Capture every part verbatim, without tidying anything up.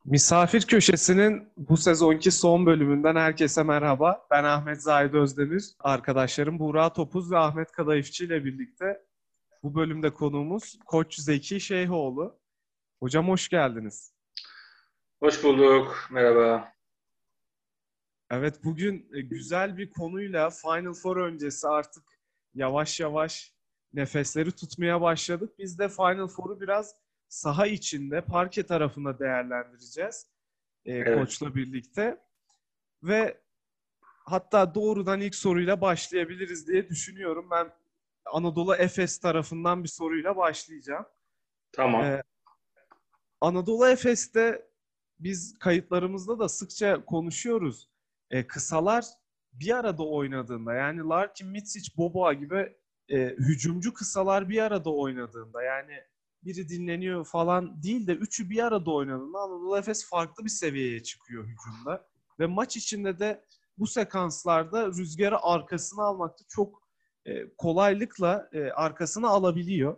Misafir Köşesi'nin bu sezonki son bölümünden herkese merhaba. Ben Ahmet Zahid Özdemir. Arkadaşlarım Buğra Topuz ve Ahmet Kadayıfçı ile birlikte bu bölümde konuğumuz Koç Zeki Şeyhoğlu. Hocam hoş geldiniz. Hoş bulduk. Merhaba. Evet, bugün e, güzel bir konuyla Final Four öncesi artık yavaş yavaş nefesleri tutmaya başladık. Biz de Final Four'u biraz saha içinde, parke tarafında değerlendireceğiz e, Evet. koçla birlikte. Ve hatta doğrudan ilk soruyla başlayabiliriz diye düşünüyorum. Ben Anadolu Efes tarafından bir soruyla başlayacağım. Tamam. Ee, Anadolu Efes'te biz kayıtlarımızda da sıkça konuşuyoruz. Ee, kısalar bir arada oynadığında, yani Larkin, Mitsic, Boboa gibi e, hücumcu kısalar bir arada oynadığında, yani biri dinleniyor falan değil de üçü bir arada oynadığında Anadolu Efes farklı bir seviyeye çıkıyor hücumda. Ve maç içinde de bu sekanslarda rüzgarı arkasına almakta çok e, kolaylıkla e, arkasına alabiliyor.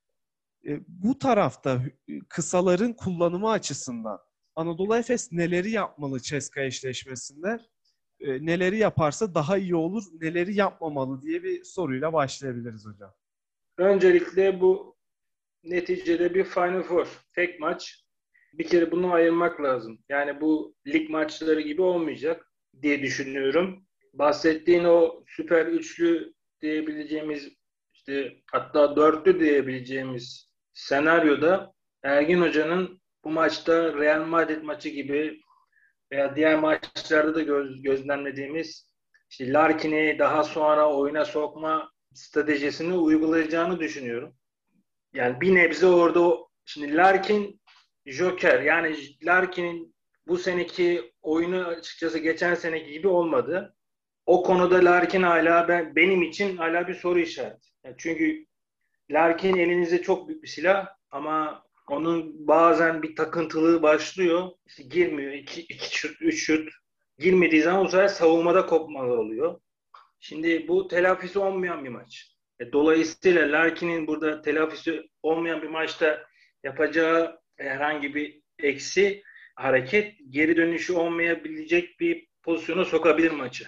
E, bu tarafta e, kısaların kullanımı açısından Anadolu Efes neleri yapmalı Ceska eşleşmesinde? E, neleri yaparsa daha iyi olur, neleri yapmamalı diye bir soruyla başlayabiliriz hocam. Öncelikle bu neticede bir Final Four. Tek maç. Bir kere bunu ayırmak lazım. Yani bu lig maçları gibi olmayacak diye düşünüyorum. Bahsettiğin o süper üçlü diyebileceğimiz işte hatta dörtlü diyebileceğimiz senaryoda Ergin Hoca'nın bu maçta Real Madrid maçı gibi veya diğer maçlarda da göz, gözlemlediğimiz işte Larkin'i daha sonra oyuna sokma stratejisini uygulayacağını düşünüyorum. Yani bir nebze orada o, şimdi Larkin Joker, yani Larkin'in bu seneki oyunu açıkçası geçen seneki gibi olmadı. O konuda Larkin hala ben, benim için hala bir soru işareti. Yani çünkü Larkin elinizde çok büyük bir silah ama onun bazen bir takıntılığı başlıyor. İşte girmiyor. İki, iki şut, üç şut. Girmediği zaman o sefer savunmada kopmalar oluyor. Şimdi bu telafisi olmayan bir maç. E, dolayısıyla Larkin'in burada telafisi olmayan bir maçta yapacağı herhangi bir eksi hareket geri dönüşü olmayabilecek bir pozisyona sokabilir maçı.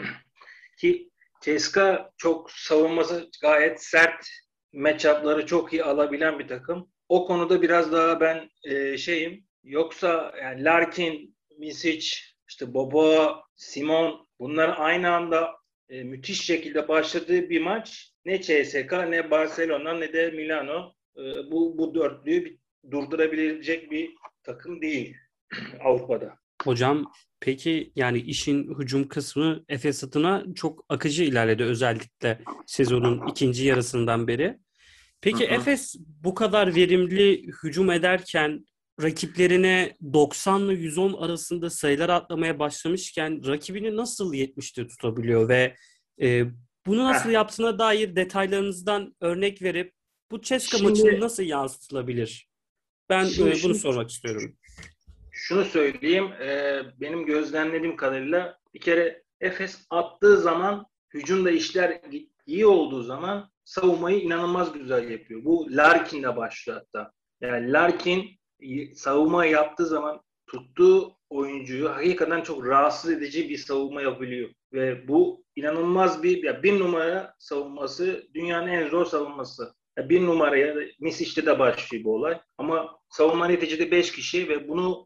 Ki Ceska çok savunması gayet sert, matchup'ları çok iyi alabilen bir takım. O konuda biraz daha ben e, şeyim. Yoksa yani Larkin, Misic, işte Bobo, Simon, bunlar aynı anda e, müthiş şekilde başladığı bir maç ne C S K ne Barcelona ne de Milano e, bu bu dörtlüyü bir, durdurabilecek bir takım değil Avrupa'da. Hocam peki yani işin hücum kısmı Efes adına çok akıcı ilerledi özellikle sezonun ikinci yarısından beri. Hı Peki hı. Efes bu kadar verimli hücum ederken rakiplerine doksanla yüz on arasında sayılar atlamaya başlamışken rakibini nasıl yetmişte tutabiliyor ve e, bunu nasıl Heh. yaptığına dair detaylarınızdan örnek verip bu Ceska maçını Şimdi nasıl yansıtılabilir? Ben şimdi e, bunu şunu sormak istiyorum. Şunu söyleyeyim, e, benim gözlemlediğim kadarıyla bir kere Efes attığı zaman, hücumda işler iyi olduğu zaman savunmayı inanılmaz güzel yapıyor. Bu Larkin'le başlıyor hatta. Yani Larkin savunma yaptığı zaman tuttuğu oyuncuyu hakikaten çok rahatsız edici bir savunma yapabiliyor. Ve bu inanılmaz bir, ya bir numara savunması dünyanın en zor savunması. Ya bir numaraya Misic'te de başlıyor bu olay. Ama savunma neticede beş kişi ve bunu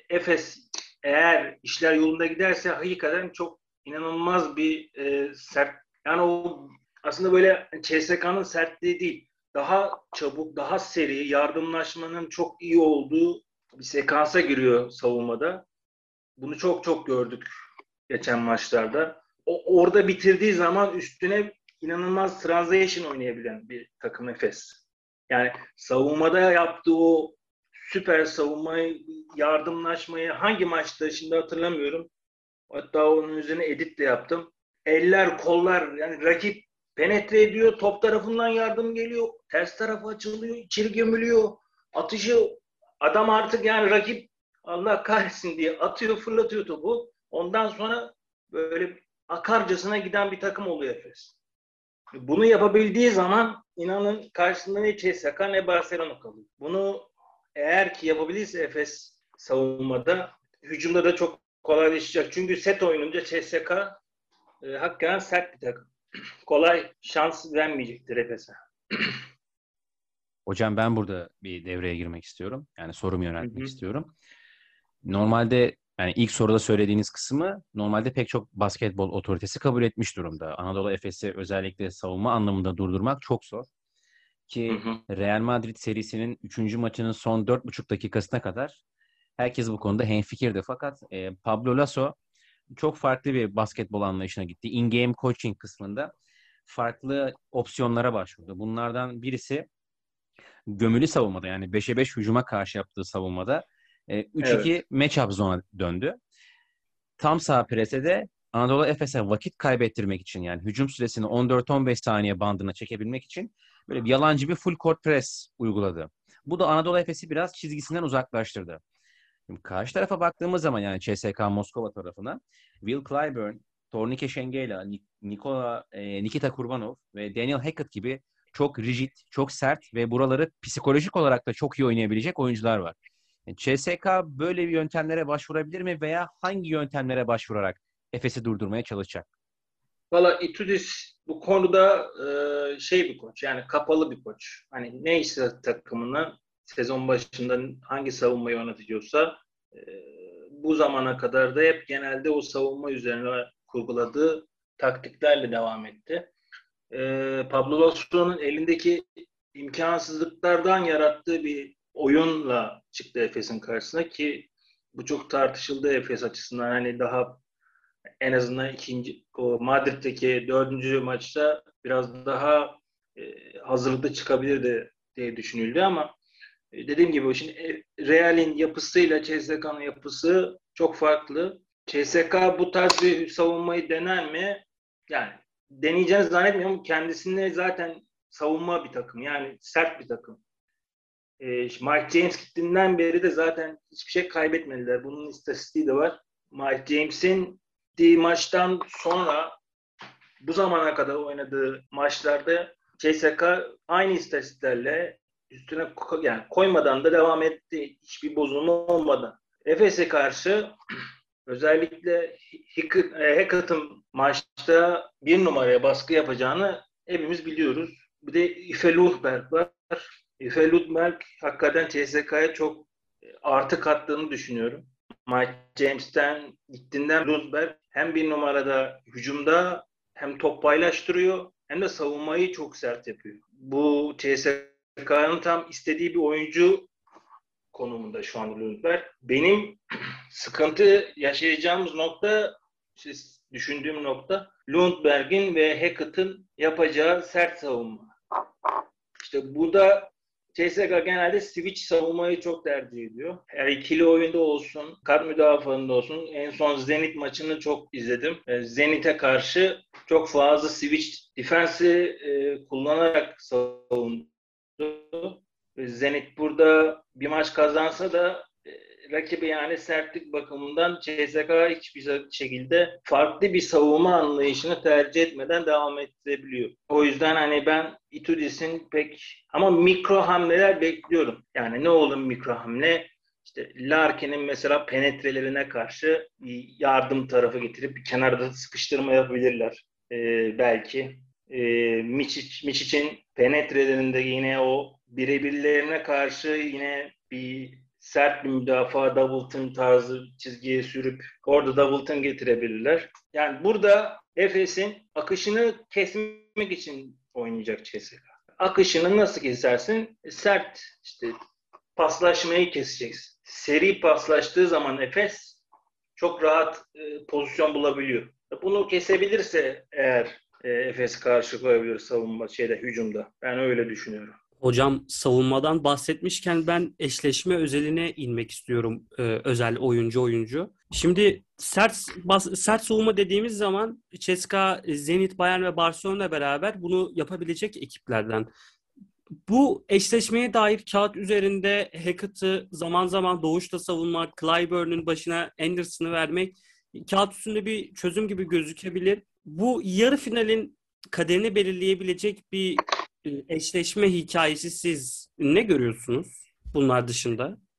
Efes eğer işler yolunda giderse hakikaten çok inanılmaz bir e, sert, yani o aslında böyle C S K'nın sertliği değil, daha çabuk, daha seri, yardımlaşmanın çok iyi olduğu bir sekansa giriyor savunmada. Bunu çok çok gördük geçen maçlarda. O orada bitirdiği zaman üstüne inanılmaz translation oynayabilen bir takım Efes. Yani savunmada yaptığı o süper savunmayı, yardımlaşmayı hangi maçta şimdi hatırlamıyorum. Hatta onun üzerine edit de yaptım. Eller, kollar, yani rakip penetre ediyor, top tarafından yardım geliyor, ters tarafa açılıyor, içeri gömülüyor. Atışı adam artık, yani rakip Allah kahretsin diye atıyor, fırlatıyor topu. Ondan sonra böyle akarcasına giden bir takım oluyor Efes. Bunu yapabildiği zaman inanın karşısında ne C S K A ne Barcelona kalıyor. Bunu eğer ki yapabilirse Efes savunmada. Hücumda da çok kolaylaşacak. Çünkü set oyununca C S K e, hakikaten sert bir takım. Kolay şans vermeyecektir Efes'e. Hocam ben burada bir devreye girmek istiyorum. Yani sorumu Hı yöneltmek hı. istiyorum. Normalde yani ilk soruda söylediğiniz kısmı normalde pek çok basketbol otoritesi kabul etmiş durumda. Anadolu Efes'i özellikle savunma anlamında durdurmak çok zor. Hı Ki hı. Real Madrid serisinin üçüncü maçının son dört buçuk dakikasına kadar herkes bu konuda hemfikirdi. Fakat e, Pablo Lasso çok farklı bir basketbol anlayışına gitti. In-game coaching kısmında farklı opsiyonlara başvurdu. Bunlardan birisi gömülü savunmada, yani beşe beş hücuma karşı yaptığı savunmada e, üç iki Evet. matchup zona döndü. Tam sağ prese de Anadolu Efes'e vakit kaybettirmek için, yani hücum süresini on dört on beş saniye bandına çekebilmek için böyle bir yalancı bir full court press uyguladı. Bu da Anadolu Efes'i biraz çizgisinden uzaklaştırdı. Şimdi karşı tarafa baktığımız zaman, yani C S K Moskova tarafına, Will Clyburn, Tornike Şengela, Nikola, e, Nikita Kurbanov ve Daniel Hackett gibi çok rigid, çok sert ve buraları psikolojik olarak da çok iyi oynayabilecek oyuncular var. Yani C S K böyle bir yöntemlere başvurabilir mi veya hangi yöntemlere başvurarak Efes'i durdurmaya çalışacak? Valla Itudis bu konuda e, şey bir koç, yani kapalı bir koç. Hani neyse takımını sezon başında hangi savunmayı yönetiyorsa e, bu zamana kadar da hep genelde o savunma üzerine kurguladığı taktiklerle devam etti. E, Pablo Lasso'nun elindeki imkansızlıklardan yarattığı bir oyunla çıktı Efes'in karşısına ki bu çok tartışıldı Efes açısından. Hani daha en azından ikinci o Madrid'deki dördüncü maçta biraz daha e, hazırlıklı çıkabilirdi diye düşünüldü ama e, dediğim gibi şimdi e, Real'in yapısıyla C S K'nın yapısı çok farklı. C S K bu tarz bir savunmayı dener mi? Yani deneyeceğini zannetmiyorum. Kendisinde zaten savunma bir takım. Yani sert bir takım. E, Mike James gittiğinden beri de zaten hiçbir şey kaybetmediler. Bunun istatistiği de var. Mike James'in gittiği maçtan sonra bu zamana kadar oynadığı maçlarda C S K aynı istatistiklerle üstüne ko- yani koymadan da devam etti. Hiçbir bozulma olmadan. Efes'e karşı özellikle Hick- e, Hackett'ın maçta bir numaraya baskı yapacağını hepimiz biliyoruz. Bir de Ife Lundberg var. Ife Lundberg hakikaten C S K'ya çok artı kattığını düşünüyorum. Mike James'ten gittiğinden Lundberg hem bir numarada hücumda hem top paylaştırıyor hem de savunmayı çok sert yapıyor. Bu C S K'nın tam istediği bir oyuncu konumunda şu an Lundberg. Benim sıkıntı yaşayacağımız nokta, işte düşündüğüm nokta Lundberg'in ve Hackett'ın yapacağı sert savunma. İşte burada C S K genelde switch savunmayı çok tercih ediyor. Her ikili oyunda olsun, kart müdafaasında olsun. En son Zenit maçını çok izledim. Zenit'e karşı çok fazla switch defense'i e, kullanarak savundu. Zenit burada bir maç kazansa da e, rakibi yani sertlik bakımından C S K hiçbir şekilde farklı bir savunma anlayışını tercih etmeden devam edebiliyor. O yüzden hani ben Itudis'in pek ama mikro hamleler bekliyorum. Yani ne olur mikro hamle? İşte Larkin'in mesela penetrelerine karşı bir yardım tarafı getirip bir kenarda sıkıştırma yapabilirler. Ee, belki. Ee, Miçic, Miçic'in penetrelerinde yine o birebirlerine karşı yine bir sert bir müdafaa double team tarzı çizgiye sürüp orada double team getirebilirler. Yani burada Efes'in akışını kesmek için oynayacak C S K. Akışını nasıl kesersin? Sert işte paslaşmayı keseceksin. Seri paslaştığı zaman Efes çok rahat e, pozisyon bulabiliyor. Bunu kesebilirse eğer e, Efes karşı koyabilir savunma şeyde hücumda. Ben öyle düşünüyorum. Hocam savunmadan bahsetmişken ben eşleşme özeline inmek istiyorum, e, özel oyuncu oyuncu. Şimdi sert bas, sert savunma dediğimiz zaman C S K, Zenit, Bayern ve Barcelona beraber bunu yapabilecek ekiplerden. Bu eşleşmeye dair kağıt üzerinde Hackett'ı zaman zaman doğuşta savunmak, Clyburn'un başına Anderson'ı vermek kağıt üstünde bir çözüm gibi gözükebilir. Bu yarı finalin kaderini belirleyebilecek bir e, eşleşme hikayesi siz ne görüyorsunuz bunlar dışında?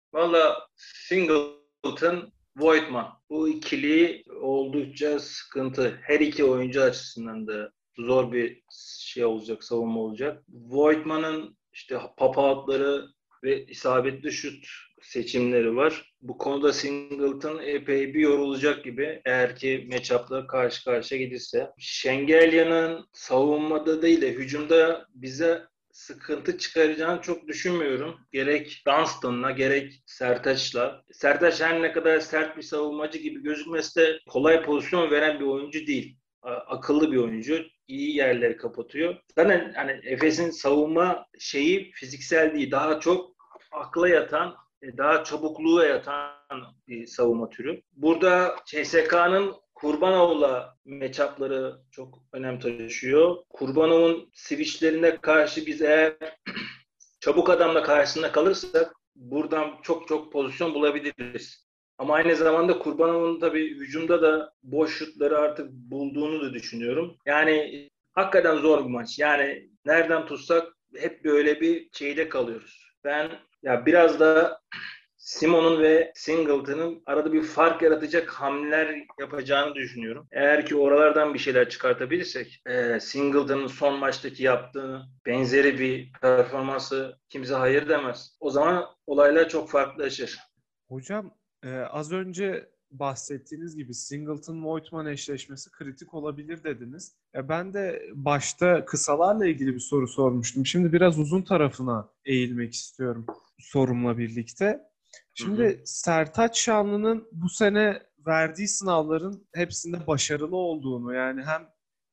Valla Singleton, Voigtman. Bu ikili oldukça sıkıntı. Her iki oyuncu açısından da zor bir şey olacak, savunma olacak. Voigtman'ın işte pop-out'ları ve isabetli şut seçimleri var. Bu konuda Singleton epey bir yorulacak gibi eğer ki matchup'la karşı karşıya gidilse. Şengelya'nın savunmada değil de hücumda bize sıkıntı çıkaracağını çok düşünmüyorum. Gerek Dunstan'la gerek Sertaç'la. Sertaç her ne kadar sert bir savunmacı gibi gözükmesi de kolay pozisyon veren bir oyuncu değil. Akıllı bir oyuncu. İyi yerleri kapatıyor. Zaten hani Efes'in savunma şeyi fiziksel değil. Daha çok akla yatan, daha çabukluğa yatan bir savunma türü. Burada C S K'nın Kurbanov'la matchup'ları çok önem taşıyor. Kurbanov'un switch'lerine karşı biz eğer çabuk adamla karşısında kalırsak buradan çok çok pozisyon bulabiliriz. Ama aynı zamanda Kurbanov'un tabii hücumda da boş şutları artık bulduğunu da düşünüyorum. Yani hakikaten zor bir maç. Yani nereden tutsak hep böyle bir şeyde kalıyoruz. Ben ya biraz da Simon'un ve Singleton'ın arada bir fark yaratacak hamleler yapacağını düşünüyorum. Eğer ki oralardan bir şeyler çıkartabilirsek, e, Singleton'ın son maçtaki yaptığı benzeri bir performansı kimse hayır demez. O zaman olaylar çok farklılaşır. Hocam e, az önce bahsettiğiniz gibi Singleton-Voigtman eşleşmesi kritik olabilir dediniz. E, ben de başta kısalarla ilgili bir soru sormuştum. Şimdi biraz uzun tarafına eğilmek istiyorum sorumla birlikte. Şimdi hı hı. Sertaç Şanlı'nın bu sene verdiği sınavların hepsinde başarılı olduğunu, yani hem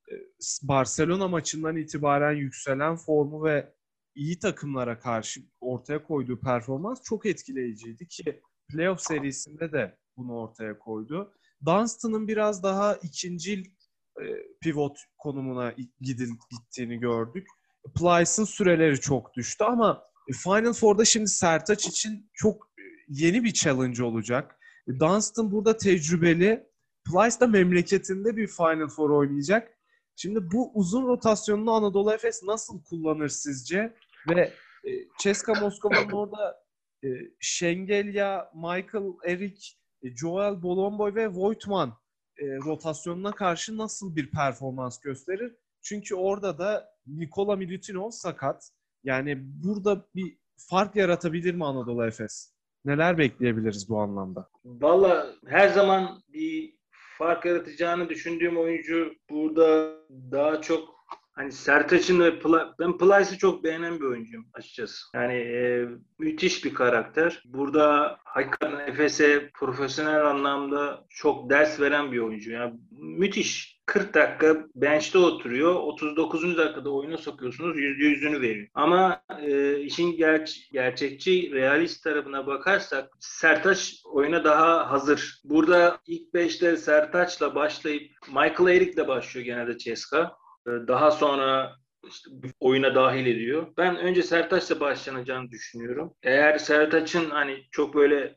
Barcelona maçından itibaren yükselen formu ve iyi takımlara karşı ortaya koyduğu performans çok etkileyiciydi ki playoff serisinde de bunu ortaya koydu. Dunstan'ın biraz daha ikincil e, pivot konumuna gidil, gittiğini gördük. Plyce'ın süreleri çok düştü ama Final Four'da şimdi Sertaç için çok yeni bir challenge olacak. Dunstan burada tecrübeli. Plyce da memleketinde bir Final Four oynayacak. Şimdi bu uzun rotasyonunu Anadolu Efes nasıl kullanır sizce? Ve e, Ceska Moskova'nın orada e, Şengelya, Michael Eric, e, Joel Bolomboy ve Voigtman e, rotasyonuna karşı nasıl bir performans gösterir? Çünkü orada da Nikola Milutinov sakat. Yani burada bir fark yaratabilir mi Anadolu Efes? Neler bekleyebiliriz bu anlamda? Valla her zaman bir fark yaratacağını düşündüğüm oyuncu burada daha çok hani Sertaç'ın ve Pla- ben Plyce'ı çok beğenen bir oyuncuyum açıkçası. Yani e, müthiş bir karakter. Burada hakikaten Efes'e profesyonel anlamda çok ders veren bir oyuncu. Yani müthiş. kırk dakika bench'te oturuyor. otuz dokuzuncu dakikada oyuna sokuyorsunuz. yüzde yüzünü veriyor. Ama e, işin ger- gerçekçi, realist tarafına bakarsak Sertaç oyuna daha hazır. Burada ilk beşte Sertaç'la başlayıp Michael Eric'le başlıyor genelde C S K A. Daha sonra işte oyuna dahil ediyor. Ben önce Sertaç'la başlanacağını düşünüyorum. Eğer Sertaç'ın hani çok böyle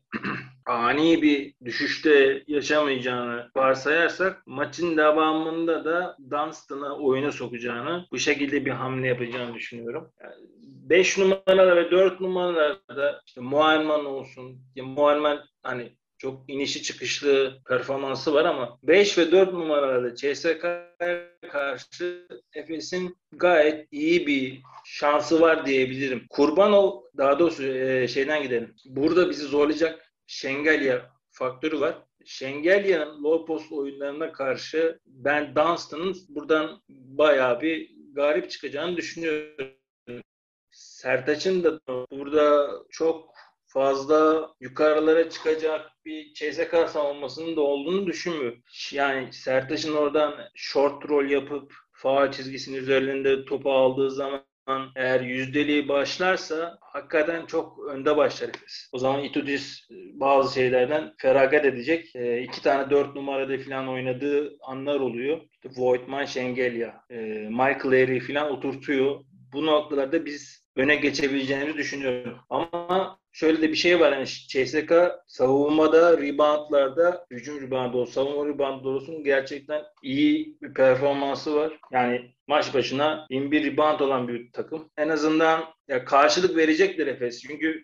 ani bir düşüşte yaşamayacağını varsayarsak maçın devamında da Dunstan'ı oyuna sokacağını, bu şekilde bir hamle yapacağını düşünüyorum. beş yani numaralar ve dört numaralarda işte Muayman olsun. Ya Muayman hani çok inişi çıkışlı performansı var ama beş ve dört numaralarda C S K'ya karşı Efes'in gayet iyi bir şansı var diyebilirim. Kurbanov, daha doğrusu e, şeyden gidelim. Burada bizi zorlayacak Şengelya faktörü var. Şengelya'nın low post oyunlarına karşı ben Dunstan'ın buradan bayağı bir garip çıkacağını düşünüyorum. Sertaç'ın da burada çok fazla yukarılara çıkacak bir C S K savunmasının da olduğunu düşünmüyorum. Yani Sertaç'ın oradan short roll yapıp faul çizgisinin üzerinde topu aldığı zaman eğer yüzdeliği başlarsa hakikaten çok önde başlar. O zaman Itudis bazı şeylerden feragat edecek. E, iki tane dört numarada falan oynadığı anlar oluyor. İşte Voigtman, Şengelya, e, Michael Eric falan oturtuyor. Bu noktalarda biz öne geçebileceğini düşünüyorum. Ama şöyle de bir şey var. Yani C S K savunmada, reboundlarda, hücum reboundu olsun, savunma reboundu olsun gerçekten iyi bir performansı var. Yani maç başına bin bir rebound olan bir takım. En azından ya karşılık verecekler Efes. Çünkü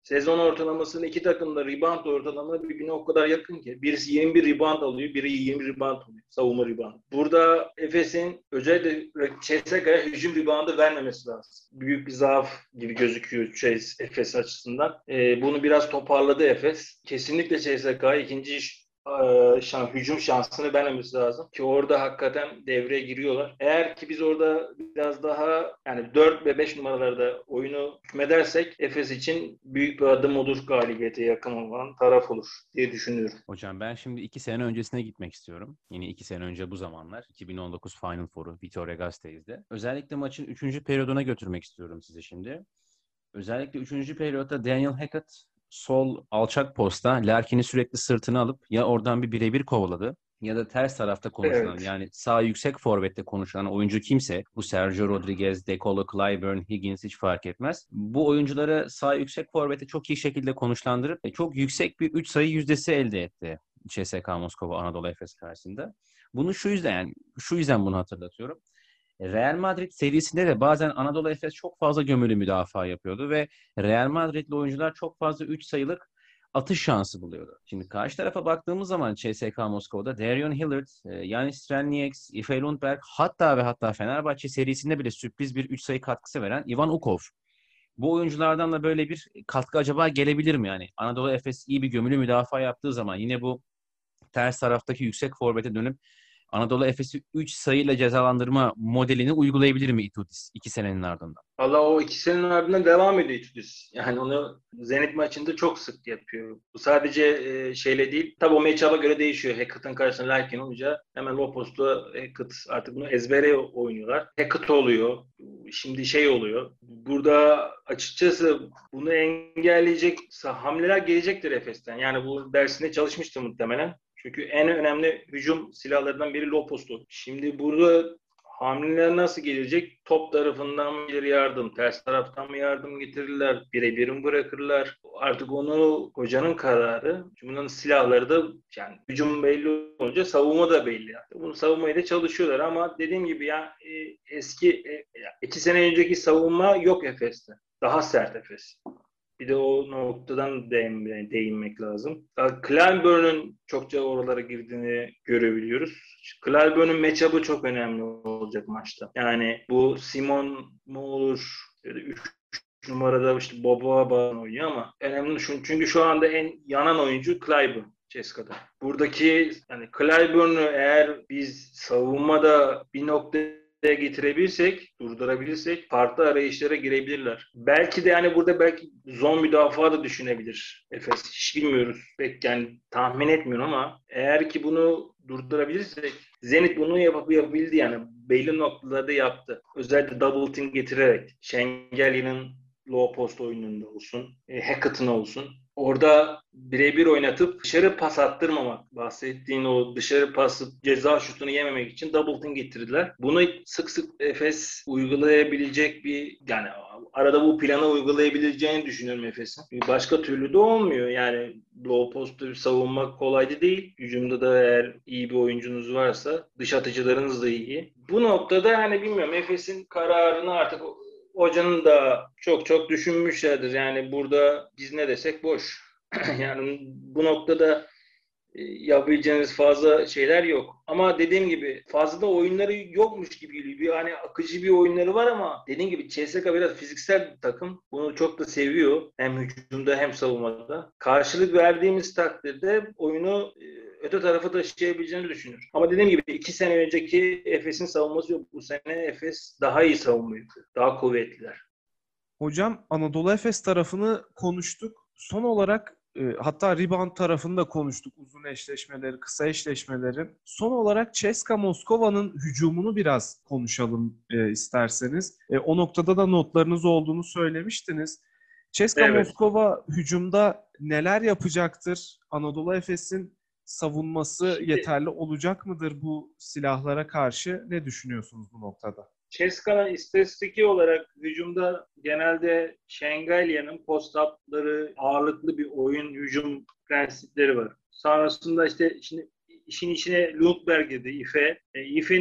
Sezon ortalamasının iki takımda rebound ortalama birbirine o kadar yakın ki. Birisi yirmi bir rebound alıyor, biri yirmi rebound alıyor. Savunma rebound. Burada Efes'in özellikle C S K'ya hücum reboundu vermemesi lazım. Büyük bir zaaf gibi gözüküyor Chase, Efes açısından. Ee, bunu biraz toparladı Efes. Kesinlikle C S K'ya ikinci iş Şan, hücum şansını vermemiz lazım ki orada hakikaten devreye giriyorlar. Eğer ki biz orada biraz daha yani dört ve beş numaralarda oyunu hükmedersek Efes için büyük bir adım olur, galibiyete yakın olan taraf olur diye düşünüyorum. Hocam ben şimdi iki sene öncesine gitmek istiyorum. Yine iki sene önce bu zamanlar. iki bin on dokuz Final Four'u Vitoria Gasteiz'de. Özellikle maçın üçüncü periyoduna götürmek istiyorum sizi şimdi. Özellikle üçüncü periyotta Daniel Hackett sol alçak posta Larkin'i sürekli sırtına alıp ya oradan bir birebir kovaladı ya da ters tarafta konuşulan Evet. yani sağ yüksek forvette konuşulan oyuncu kimse bu Sergio Rodriguez, De Colo, Clyburn, Higgins hiç fark etmez. Bu oyuncuları sağ yüksek forvette çok iyi şekilde konuşlandırıp çok yüksek bir üç sayı yüzdesi elde etti C S K A Moskova Anadolu Efes karşısında. Bunu şu yüzden yani şu yüzden bunu hatırlatıyorum. Real Madrid serisinde de bazen Anadolu Efes çok fazla gömülü müdafaa yapıyordu ve Real Madrid'li oyuncular çok fazla üç sayılık atış şansı buluyordu. Şimdi karşı tarafa baktığımız zaman C S K A Moskova'da Darion Hillard, Yanis Strelnieks, Ife Lundberg hatta ve hatta Fenerbahçe serisinde bile sürpriz bir üç sayı katkısı veren Ivan Ukov. Bu oyunculardan da böyle bir katkı acaba gelebilir mi? Yani Anadolu Efes iyi bir gömülü müdafaa yaptığı zaman yine bu ters taraftaki yüksek forvete dönüp Anadolu Efes'i üç sayıyla cezalandırma modelini uygulayabilir mi Itudis iki senenin ardından? Valla o iki senenin ardından devam ediyor Itudis. Yani onu Zenit maçında çok sık yapıyor. Bu sadece e, şeyle değil. Tabii o matchup'a göre değişiyor. Hackett'ın karşısında Larkin olunca hemen low post'ta Hackett artık bunu ezbere oynuyorlar. Hackett oluyor. Şimdi şey oluyor. Burada açıkçası bunu engelleyecek hamleler gelecektir Efes'ten. Yani bu dersinde çalışmıştı muhtemelen. Çünkü en önemli hücum silahlarından biri low postu. Şimdi burada hamleler nasıl gelecek? Top tarafından mı gelir yardım? Ters taraftan mı yardım getirirler? Birebir mi bırakırlar? Artık onu hocanın kararı. Çünkü bunların silahları da yani hücum belli olunca savunma da belli. Yani. Bunu savunmaya da çalışıyorlar ama dediğim gibi ya e, eski e, iki sene önceki savunma yok Efes'te. Daha sert Efes. Bir de o noktadan değin, değinmek lazım. Clyburn'un çokça oralara girdiğini görebiliyoruz. Clyburn'un matchup'ı çok önemli olacak maçta. Yani bu Simon mu olur? üç numarada işte Boboa bağlı oynuyor ama önemli şu, çünkü şu anda en yanan oyuncu Clyburn. Ceska'da. Buradaki yani Clyburn'u eğer biz savunmada bir noktaya getirebilirsek, durdurabilirsek farklı arayışlara girebilirler. Belki de yani burada belki zon müdafaa da düşünebilir Efes. Hiç bilmiyoruz. Pek yani tahmin etmiyorum ama eğer ki bunu durdurabilirsek Zenit bunu yapıp yapabildi yani. Belli noktalarda yaptı. Özellikle double team getirerek Şengelya'nın low post oyununda olsun, e, Hackett'ın olsun. Orada birebir oynatıp dışarı pas attırmamak. Bahsettiğin o dışarı pası ceza şutunu yememek için double team getirdiler. Bunu sık sık Efes uygulayabilecek bir yani arada bu planı uygulayabileceğini düşünüyorum Efes'in. Başka türlü de olmuyor. Yani low post'u savunmak kolay değil. Hücumda da eğer iyi bir oyuncunuz varsa dış atıcılarınız da iyi. Bu noktada yani bilmiyorum Efes'in kararını artık hocanın da çok çok düşünmüşlerdir. Yani burada biz ne desek boş. Yani bu noktada yapabileceğiniz fazla şeyler yok. Ama dediğim gibi fazla da oyunları yokmuş gibi geliyor. Bir, hani akıcı bir oyunları var ama dediğim gibi C S K A biraz fiziksel bir takım. Bunu çok da seviyor. Hem hücumda hem savunmada. Karşılık verdiğimiz takdirde oyunu öte tarafa taşıyabileceğini düşünüyorum. Ama dediğim gibi iki sene önceki Efes'in savunması yok. Bu sene Efes daha iyi savunma yapıyor. Daha kuvvetliler. Hocam Anadolu Efes tarafını konuştuk. Son olarak e, hatta rebound tarafını da konuştuk. Uzun eşleşmeleri, kısa eşleşmeleri. Son olarak C S K A Moskova'nın hücumunu biraz konuşalım e, isterseniz. E, o noktada da notlarınız olduğunu söylemiştiniz. C S K A Evet. Moskova hücumda neler yapacaktır? Anadolu Efes'in savunması Şimdi, yeterli olacak mıdır bu silahlara karşı? Ne düşünüyorsunuz bu noktada? C S K A'nın istatistiki olarak hücumda genelde Şengelya'nın post-up'ları ağırlıklı bir oyun hücum prensipleri var. Sonrasında işte şimdi işin içine Lundberg girdi, Ife. E, Ife'nin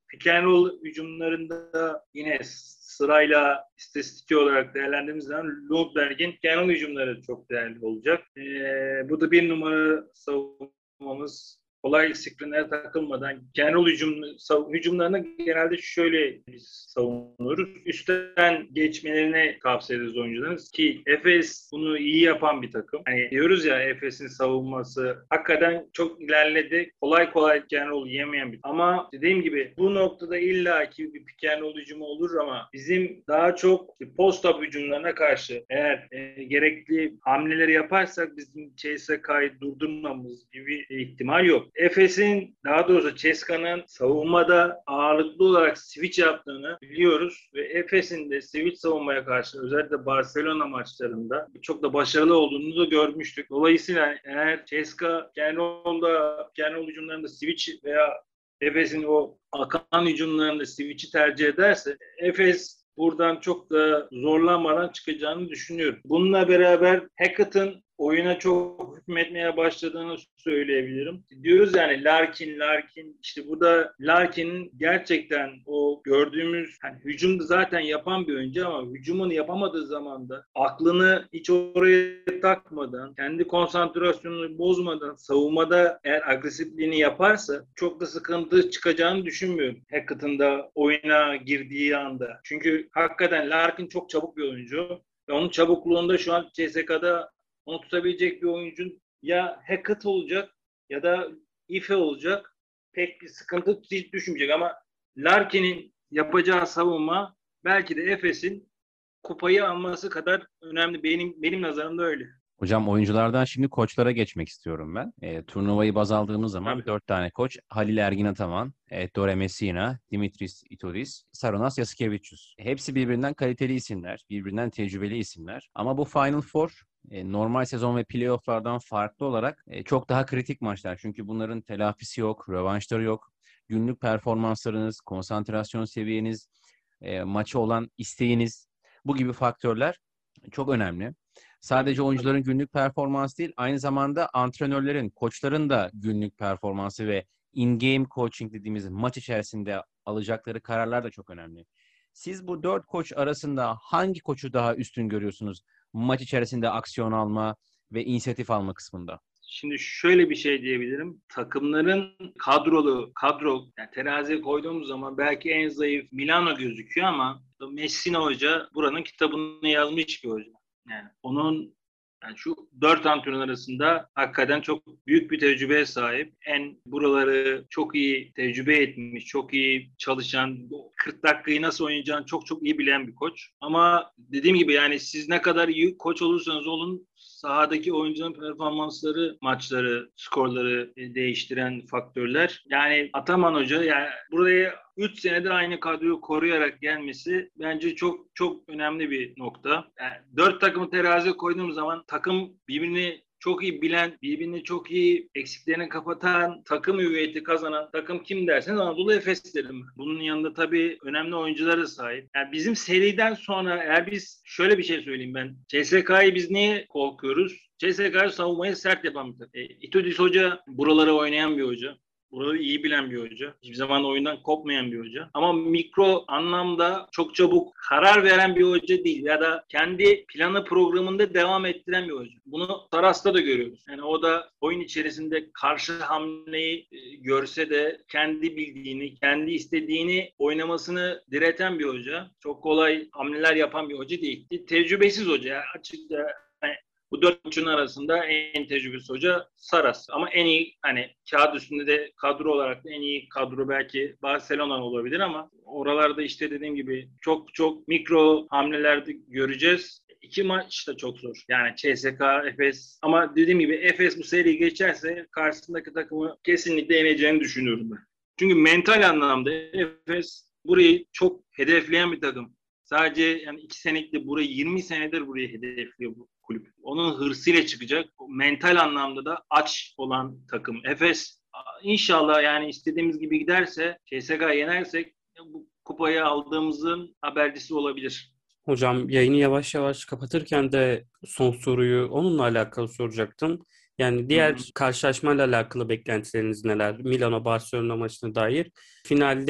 pick and roll hücumlarında yine sırayla istatistik olarak değerlendirdiğimiz zaman Lundberg'in pick and roll hücumları çok değerli olacak. Ee, bu da bir numara savunmamız. Kolay disiplinlere takılmadan genel hücum, hücumlarını genelde şöyle biz savunuruz. Üstten geçmelerini tavsiye ederiz oyuncularımız ki Efes bunu iyi yapan bir takım. Hani diyoruz ya Efes'in savunması hakikaten çok ilerledi. Kolay kolay genel yemeyen bir. Ama dediğim gibi bu noktada illaki bir pick and roll hücumu olur ama bizim daha çok post-up hücumlarına karşı eğer e, gerekli hamleleri yaparsak bizim C S K'yı durdurmamız gibi bir ihtimal yok. Efes'in daha doğrusu C S K A'nın savunmada ağırlıklı olarak switch yaptığını biliyoruz ve Efes'in de switch savunmaya karşı özellikle Barcelona maçlarında çok da başarılı olduğunu da görmüştük. Dolayısıyla eğer C S K genelde genel hücumlarında switch veya Efes'in o akan hücumlarında switch'i tercih ederse Efes buradan çok da zorlanmadan çıkacağını düşünüyorum. Bununla beraber Hackett'ın oyuna çok hükmetmeye başladığını söyleyebilirim. Diyoruz yani Larkin, Larkin işte burada Larkin'in gerçekten o gördüğümüz hani hücumda zaten yapan bir oyuncu ama hücumunu yapamadığı zaman da aklını hiç oraya takmadan, kendi konsantrasyonunu bozmadan savunmada eğer agresifliğini yaparsa çok da sıkıntı çıkacağını düşünmüyorum. Hackett'ın da oyuna girdiği anda. Çünkü hakikaten Larkin çok çabuk bir oyuncu ve onun çabukluğunda şu an C S K'da onu tutabilecek bir oyuncun ya Hackett olacak ya da Ife olacak. Pek bir sıkıntı hiç düşünmeyecek ama Larkin'in yapacağı savunma belki de Efes'in kupayı alması kadar önemli. Benim benim nazarımda öyle. Hocam oyunculardan şimdi koçlara geçmek istiyorum ben. E, turnuvayı baz aldığımız zaman Tabii. dört tane koç. Halil Ergin Ataman, Ettore Messina, Dimitris Itoudis, Sarunas Jasikevičius. Hepsi birbirinden kaliteli isimler, birbirinden tecrübeli isimler. Ama bu Final Four e, normal sezon ve playofflardan farklı olarak e, çok daha kritik maçlar. Çünkü bunların telafisi yok, rövanşları yok. Günlük performanslarınız, konsantrasyon seviyeniz, e, maça olan isteğiniz bu gibi faktörler çok önemli. Sadece oyuncuların günlük performansı değil, aynı zamanda antrenörlerin, koçların da günlük performansı ve in-game coaching dediğimiz maç içerisinde alacakları kararlar da çok önemli. Siz bu dört koç arasında hangi koçu daha üstün görüyorsunuz maç içerisinde aksiyon alma ve inisiyatif alma kısmında? Şimdi şöyle bir şey diyebilirim. Takımların kadrolu, kadro yani teraziye koyduğumuz zaman belki en zayıf Milano gözüküyor ama Messina Hoca buranın kitabını yazmış bir hoca. Yani onun yani şu dört antrenör arasında hakikaten çok büyük bir tecrübeye sahip. En buraları çok iyi tecrübe etmiş, çok iyi çalışan, kırk dakikayı nasıl oynayacağını çok çok iyi bilen bir koç. Ama dediğim gibi yani siz ne kadar iyi koç olursanız olun sahadaki oyuncuların performansları, maçları, skorları değiştiren faktörler. Yani Ataman Hoca yani buraya üç senedir aynı kadroyu koruyarak gelmesi bence çok çok önemli bir nokta. Yani dört takımı teraziye koyduğum zaman takım birbirini çok iyi bilen, birbirini çok iyi eksiklerini kapatan, takım hüviyeti kazanan takım kim derseniz Anadolu Efes derim. Bunun yanında tabii önemli oyunculara sahip. Yani bizim seriden sonra eğer biz şöyle bir şey söyleyeyim ben. C S K'yı biz niye korkuyoruz? C S K'yı savunmayı sert yapan bir takım. E, Itoudis Hoca buralara oynayan bir hoca. Buraları iyi bilen bir hoca. Hiçbir zaman oyundan kopmayan bir hoca. Ama mikro anlamda çok çabuk karar veren bir hoca değil. Ya da kendi planı programında devam ettiren bir hoca. Bunu Saras'ta da görüyoruz. Yani o da oyun içerisinde karşı hamleyi e, görse de kendi bildiğini, kendi istediğini oynamasını direten bir hoca. Çok kolay hamleler yapan bir hoca değil. Tecrübesiz hoca. Yani açıkça yani bu dört koçun arasında en tecrübesiz hoca Saras. Ama en iyi hani kağıt üstünde de kadro olarak da en iyi kadro belki Barcelona olabilir ama oralarda işte dediğim gibi çok çok mikro hamlelerde göreceğiz. İki maç da çok zor. Yani C S K, Efes. Ama dediğim gibi Efes bu seriyi geçerse karşısındaki takımı kesinlikle yeneceğini düşünüyorum ben. Çünkü mental anlamda Efes burayı çok hedefleyen bir takım. Sadece yani iki senelik burayı yirmi senedir burayı hedefliyor bu kulüp. Onun hırsıyla çıkacak. Mental anlamda da aç olan takım. Efes inşallah yani istediğimiz gibi giderse C S K yenersek bu kupayı aldığımızın habercisi olabilir. Hocam yayını yavaş yavaş kapatırken de son soruyu onunla alakalı soracaktım. Yani diğer Hı hı. karşılaşmayla alakalı beklentileriniz neler? Milano-Barcelona maçına dair. Finalde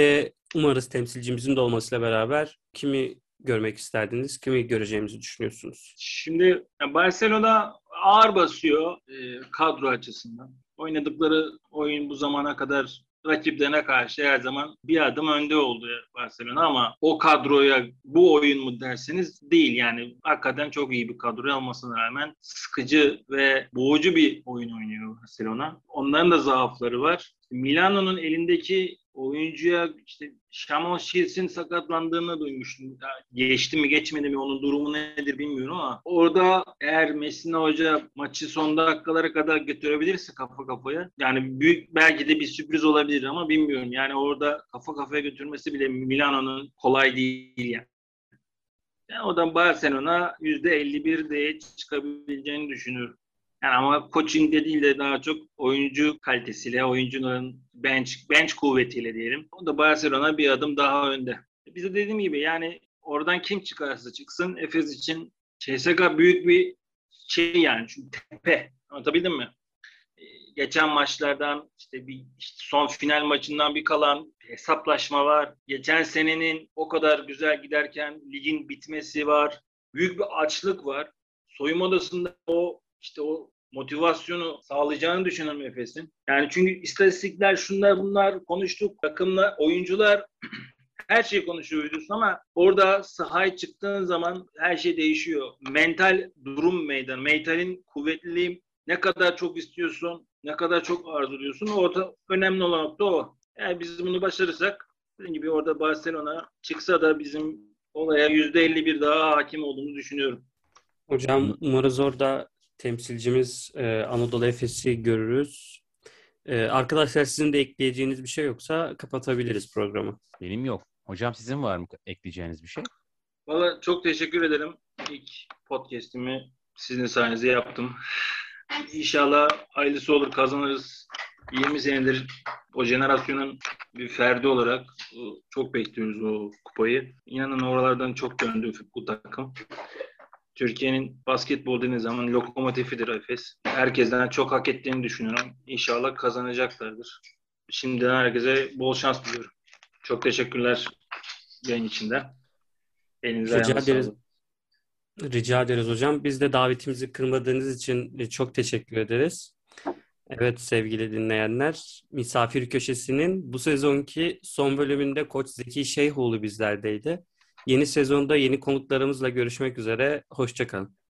umarız temsilcimizin de olmasıyla beraber kimi görmek isterdiniz, kimi göreceğimizi düşünüyorsunuz? Şimdi Barcelona ağır basıyor e, kadro açısından. Oynadıkları oyun bu zamana kadar rakiplerine karşı her zaman bir adım önde oldu Barcelona ama o kadroya bu oyun mu derseniz değil. Yani hakikaten çok iyi bir kadro olmasına rağmen sıkıcı ve boğucu bir oyun oynuyor Barcelona. Onların da zaafları var. Milano'nun elindeki oyuncuya işte Şamon Shields'in sakatlandığını duymuştum. Geçti mi geçmedi mi onun durumu nedir bilmiyorum ama orada eğer Messina Hoca maçı son dakikalara kadar götürebilirse kafa kafaya yani büyük belki de bir sürpriz olabilir ama bilmiyorum. Yani orada kafa kafaya götürmesi bile Milano'nun kolay değil yani. Yani oradan Barcelona yüzde elli bir diye çıkabileceğini düşünüyorum. Yani ama coaching'de değil de daha çok oyuncu kalitesiyle, oyuncuların bench bench kuvvetiyle diyelim. O da Barcelona bir adım daha önde. Bize dediğim gibi yani oradan kim çıkarsa çıksın Efes için C S K A büyük bir şey yani çünkü tepe. Anlatabildim mi? Geçen maçlardan işte bir işte son final maçından bir kalan bir hesaplaşma var. Geçen senenin o kadar güzel giderken ligin bitmesi var. Büyük bir açlık var. Soyunma odasında o işte o motivasyonu sağlayacağını düşünüyorum Efes'in. Yani çünkü istatistikler şunlar bunlar konuştuk. Takımlar, oyuncular her şeyi konuşuyoruz ama orada sahaya çıktığın zaman her şey değişiyor. Mental durum meydan. Mentalin kuvvetliliği ne kadar çok istiyorsun, ne kadar çok arzuluyorsun. Orada önemli olan nokta o. Eğer biz bunu başarırsak dediğim gibi orada Barcelona çıksa da bizim olaya yüzde elli bir daha hakim olduğunu düşünüyorum. Hocam umarız orada temsilcimiz e, Anadolu Efes'i görürüz. E, arkadaşlar sizin de ekleyeceğiniz bir şey yoksa kapatabiliriz programı. Benim yok. Hocam sizin var mı ekleyeceğiniz bir şey? Valla çok teşekkür ederim. İlk podcast'imi sizin sayenizde yaptım. İnşallah hayırlısı olur, kazanırız. yirmi senedir o jenerasyonun bir ferdi olarak çok bekliyoruz o kupayı. İnanın oralardan çok döndü bu takım. Türkiye'nin basketbol dediğiniz zaman lokomotifidir Efes. Herkesten çok hak ettiğini düşünüyorum. İnşallah kazanacaklardır. Şimdiden herkese bol şans diliyorum. Çok teşekkürler yayın içinde. Elinize Rica ayağınıza ederiz. sağlık. Rica ederiz hocam. Biz de davetimizi kırmadığınız için çok teşekkür ederiz. Evet sevgili dinleyenler, Misafir Köşesi'nin bu sezonki son bölümünde Koç Zeki Şeyhoğlu bizlerdeydi. Yeni sezonda yeni konuklarımızla görüşmek üzere. Hoşça kalın.